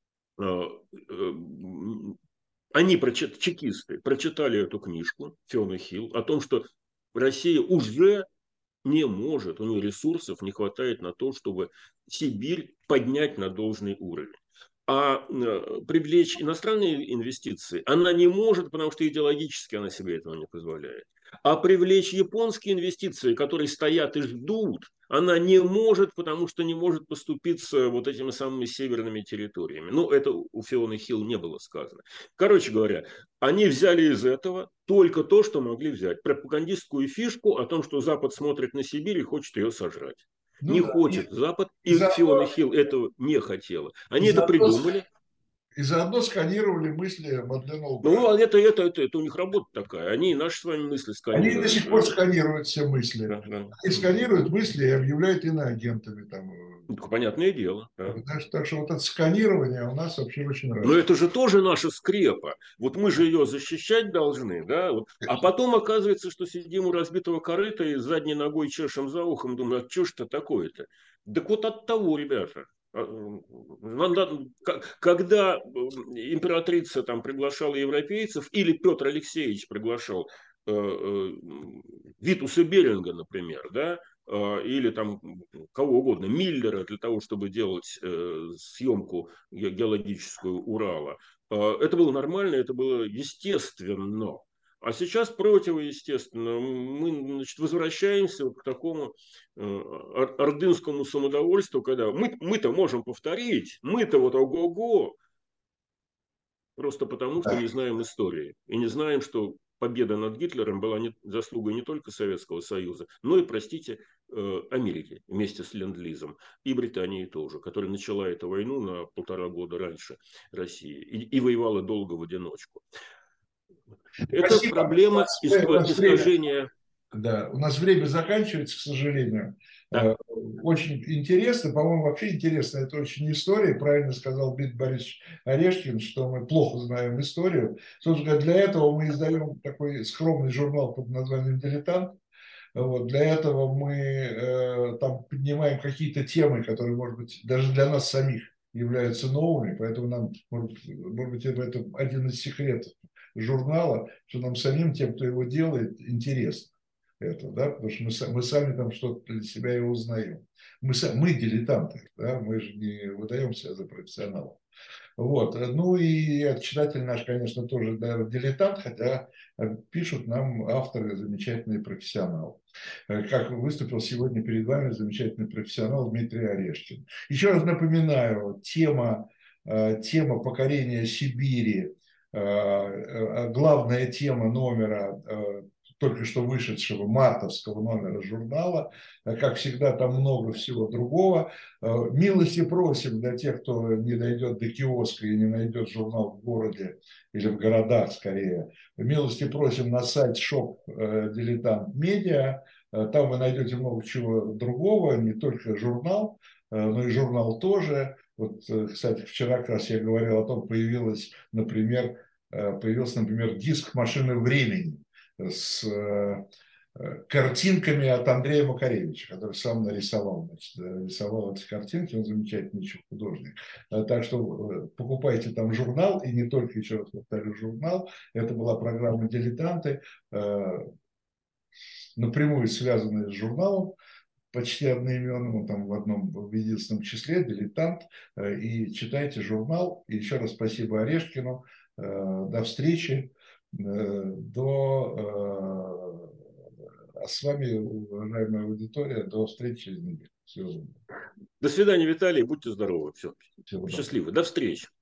они, чекисты, прочитали эту книжку Фионы Хилл о том, что Россия уже не может, у нее ресурсов не хватает на то, чтобы Сибирь поднять на должный уровень. А привлечь иностранные инвестиции она не может, потому что идеологически она себе этого не позволяет. А привлечь японские инвестиции, которые стоят и ждут, она не может, потому что не может поступиться вот этими самыми северными территориями. Ну, это у Фионы Хилл не было сказано. Короче говоря, они взяли из этого только то, что могли взять. Пропагандистскую фишку о том, что Запад смотрит на Сибирь и хочет ее сожрать. Ну Не да. хочет Запад, И и Фиона заодно, Хилл этого не хотела. и Они это заодно, придумали. и заодно сканировали мысли Мадлен Олбрайт. Ну, а это у них работа такая. Они и наши с вами мысли Они до сканируют. сих пор сканируют все мысли. Да, да. Они сканируют мысли и объявляют иноагентами. Там. Ну, понятное дело. Да. Так что вот это сканирование у нас вообще очень Но развито. это же тоже наша скрепа. Вот мы же ее защищать должны, да? Вот. А потом оказывается, что сидим у разбитого корыта и задней ногой чешем за ухом, думаю, а что ж это такое-то? Так вот от того, ребята. Когда императрица там приглашала европейцев, или Петр Алексеевич приглашал Витуса Беринга, например, да, или там кого угодно, Миллера, для того, чтобы делать съемку геологическую Урала. Это было нормально, это было естественно. А сейчас противоестественно. Мы, значит, возвращаемся вот к такому ордынскому самодовольству, когда мы-то можем повторить, мы-то вот ого-го, просто потому, что не знаем истории. И не знаем, что победа над Гитлером была заслугой не только Советского Союза, но и, простите, Америки вместе с Ленд-Лизом. И Британии тоже, которая начала эту войну на 1,5 года раньше России и воевала долго в одиночку. Это Спасибо. проблема У нас время. искажения. Да, у нас время заканчивается, к сожалению. Да, Очень интересно, по-моему, вообще интересно, это очень история. Правильно сказал Дмитрий Борисович Орешкин, что мы плохо знаем историю. Собственно говоря, для этого мы издаем такой скромный журнал под названием «Дилетант». Вот, для этого мы там поднимаем какие-то темы, которые, может быть, даже для нас самих являются новыми, поэтому нам, может быть, это один из секретов журнала, что нам самим, тем, кто его делает, интересно это, да, потому что мы сами там что-то для себя и узнаем. Мы дилетанты, да, мы же не выдаем себя за профессионалов. Вот. Ну и читатель наш, конечно, тоже, да, дилетант, хотя пишут нам авторы замечательные профессионалы. Как выступил сегодня перед вами замечательный профессионал Дмитрий Орешкин. Еще раз напоминаю, тема покорения Сибири, главная тема номера только что вышедшего мартовского номера журнала. Как всегда, там много всего другого. Милости просим для тех, кто не дойдет до киоска и не найдет журнал в городе или в городах скорее. Милости просим на сайт shop Дилетант Медиа. Там вы найдете много чего другого, не только журнал, но и журнал тоже. Вот, кстати, вчера как раз я говорил о том, появился, например, диск «Машины времени» с картинками от Андрея Макаревича, который сам нарисовал, значит, рисовал эти картинки, он замечательный еще художник. Так что покупайте там журнал, и не только, еще раз повторю, журнал. Это была программа «Дилетанты», напрямую связанная с журналом, почти одноименным, он там в единственном числе, «Дилетант», и читайте журнал. И еще раз спасибо Орешкину, до встречи, а с вами, уважаемая аудитория, до встречи через неделю. Всего доброго. До свидания, Виталий. Будьте здоровы. Все. Всего доброго. Счастливы. До встречи.